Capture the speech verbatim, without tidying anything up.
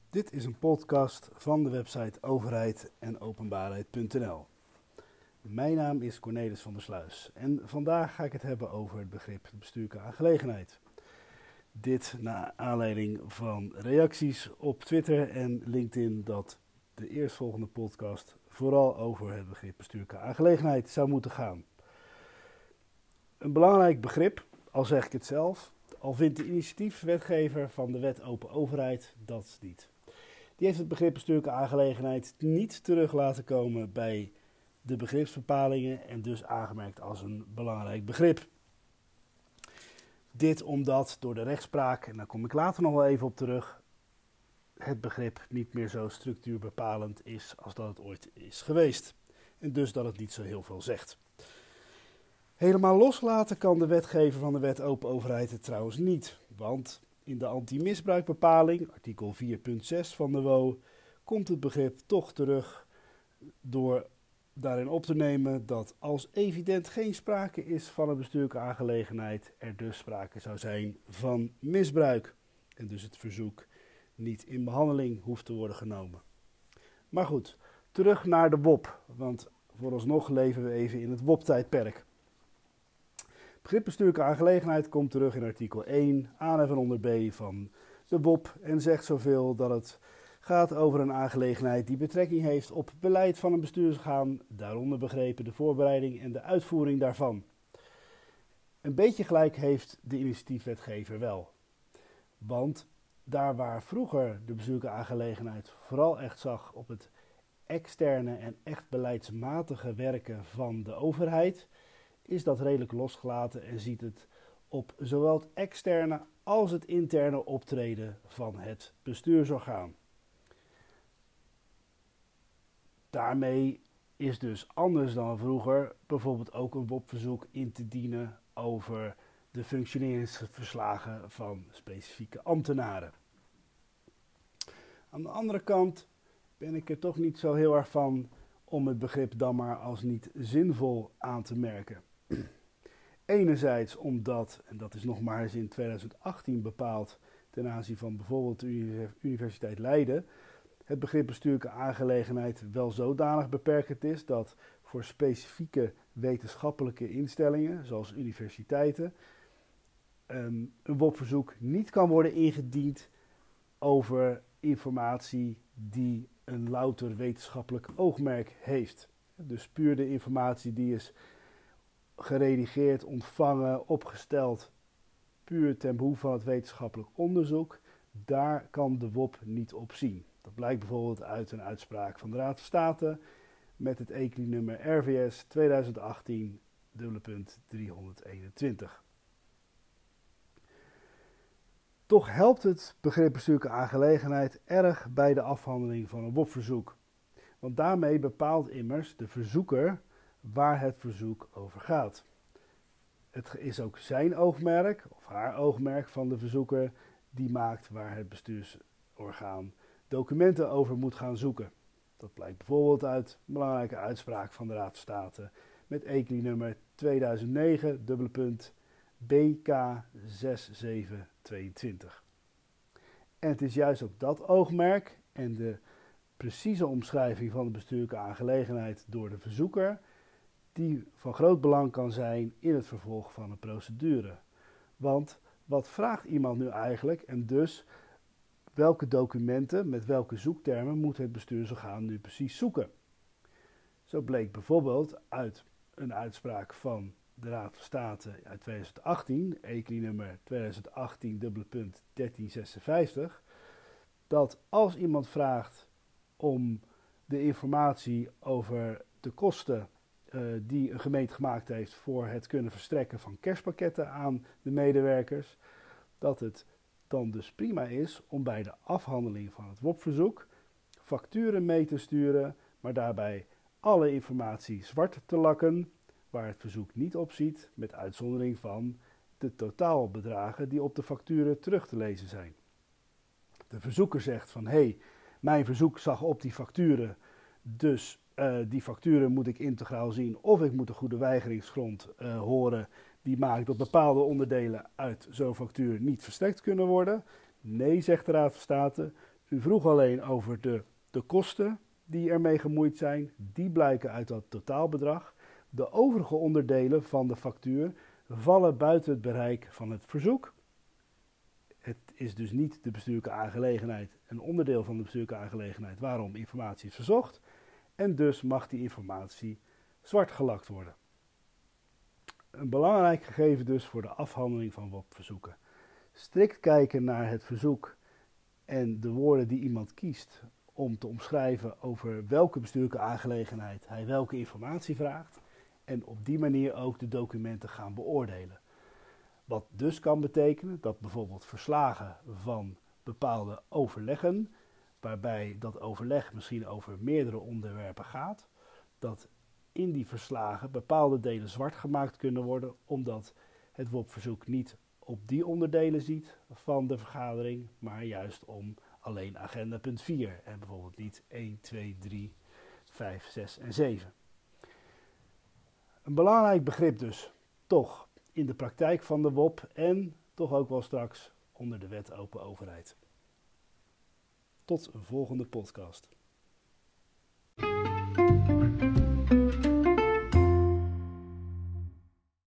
Dit is een podcast van de website overheid en openbaarheid punt n l. Mijn naam is Cornelis van der Sluis en vandaag ga ik het hebben over het begrip bestuurlijke aangelegenheid. Dit naar aanleiding van reacties op Twitter en LinkedIn dat de eerstvolgende podcast vooral over het begrip bestuurlijke aangelegenheid zou moeten gaan. Een belangrijk begrip, al zeg ik het zelf, al vindt de initiatiefwetgever van de wet open overheid dat niet. Die heeft het begrip bestuurlijke aangelegenheid niet terug laten komen bij de begripsbepalingen en dus aangemerkt als een belangrijk begrip. Dit omdat door de rechtspraak, en daar kom ik later nog wel even op terug, het begrip niet meer zo structuurbepalend is als dat het ooit is geweest. En dus dat het niet zo heel veel zegt. Helemaal loslaten kan de wetgever van de wet open overheid het trouwens niet, want in de anti-misbruikbepaling, artikel vier punt zes van de W O, komt het begrip toch terug door daarin op te nemen dat als evident geen sprake is van een bestuurlijke aangelegenheid, er dus sprake zou zijn van misbruik en dus het verzoek niet in behandeling hoeft te worden genomen. Maar goed, terug naar de W O P, want vooralsnog leven we even in het W O P-tijdperk. Het begrip bestuurlijke aangelegenheid komt terug in artikel één, aan en onder B van de W O P en zegt zoveel dat het gaat over een aangelegenheid die betrekking heeft op beleid van een bestuursorgaan, daaronder begrepen de voorbereiding en de uitvoering daarvan. Een beetje gelijk heeft de initiatiefwetgever wel. Want daar waar vroeger de bestuurlijke aangelegenheid vooral echt zag op het externe en echt beleidsmatige werken van de overheid, is dat redelijk losgelaten en ziet het op zowel het externe als het interne optreden van het bestuursorgaan. Daarmee is dus anders dan vroeger bijvoorbeeld ook een W O P-verzoek in te dienen over de functioneringsverslagen van specifieke ambtenaren. Aan de andere kant ben ik er toch niet zo heel erg van om het begrip dan maar als niet zinvol aan te merken. Enerzijds omdat, en dat is nog maar eens in tweeduizend achttien bepaald ten aanzien van bijvoorbeeld de Universiteit Leiden, het begrip bestuurlijke aangelegenheid wel zodanig beperkend is dat voor specifieke wetenschappelijke instellingen, zoals universiteiten, een W O P-verzoek niet kan worden ingediend over informatie die een louter wetenschappelijk oogmerk heeft. Dus puur de informatie die is geredigeerd, ontvangen, opgesteld, puur ten behoeve van het wetenschappelijk onderzoek, daar kan de W O P niet op zien. Dat blijkt bijvoorbeeld uit een uitspraak van de Raad van State met het E C L I-nummer R V S tweeduizend achttien driehonderdeenentwintig. Toch helpt het begrip bestuurlijke aangelegenheid erg bij de afhandeling van een W O P-verzoek. Want daarmee bepaalt immers de verzoeker waar het verzoek over gaat. Het is ook zijn oogmerk, of haar oogmerk van de verzoeker, die maakt waar het bestuursorgaan documenten over moet gaan zoeken. Dat blijkt bijvoorbeeld uit een belangrijke uitspraak van de Raad van State met E C L I-nummer tweeduizend negen B K zes zeven tweeëntwintig. En het is juist ook dat oogmerk en de precieze omschrijving van de bestuurlijke aangelegenheid door de verzoeker die van groot belang kan zijn in het vervolg van een procedure. Want wat vraagt iemand nu eigenlijk en dus welke documenten met welke zoektermen moet het bestuursorgaan nu precies zoeken? Zo bleek bijvoorbeeld uit een uitspraak van de Raad van State uit tweeduizend achttien, E C L I-nummer tweeduizend achttien dertien zesenvijftig, dat als iemand vraagt om de informatie over de kosten uh, die een gemeente gemaakt heeft voor het kunnen verstrekken van kerstpakketten aan de medewerkers, dat het dan dus prima is om bij de afhandeling van het W O P-verzoek facturen mee te sturen, maar daarbij alle informatie zwart te lakken, waar het verzoek niet op ziet, met uitzondering van de totaalbedragen die op de facturen terug te lezen zijn. De verzoeker zegt van, hé, hey, mijn verzoek zag op die facturen, dus uh, die facturen moet ik integraal zien, of ik moet een goede weigeringsgrond uh, horen die maakt dat bepaalde onderdelen uit zo'n factuur niet verstrekt kunnen worden. Nee, zegt de Raad van State, U vroeg alleen over de, de kosten die ermee gemoeid zijn. Die blijken uit dat totaalbedrag. De overige onderdelen van de factuur vallen buiten het bereik van het verzoek. Het is dus niet de bestuurlijke aangelegenheid, een onderdeel van de bestuurlijke aangelegenheid waarom informatie is verzocht. En dus mag die informatie zwart gelakt worden. Een belangrijk gegeven dus voor de afhandeling van W O P-verzoeken. Strikt kijken naar het verzoek en de woorden die iemand kiest om te omschrijven over welke bestuurlijke aangelegenheid hij welke informatie vraagt. En op die manier ook de documenten gaan beoordelen. Wat dus kan betekenen dat bijvoorbeeld verslagen van bepaalde overleggen, waarbij dat overleg misschien over meerdere onderwerpen gaat, dat in die verslagen bepaalde delen zwart gemaakt kunnen worden, omdat het W O P-verzoek niet op die onderdelen ziet van de vergadering, maar juist om alleen agenda punt vier en bijvoorbeeld niet één, twee, drie, vijf, zes en zeven. Een belangrijk begrip dus, toch, in de praktijk van de W O P en toch ook wel straks onder de wet open overheid. Tot een volgende podcast.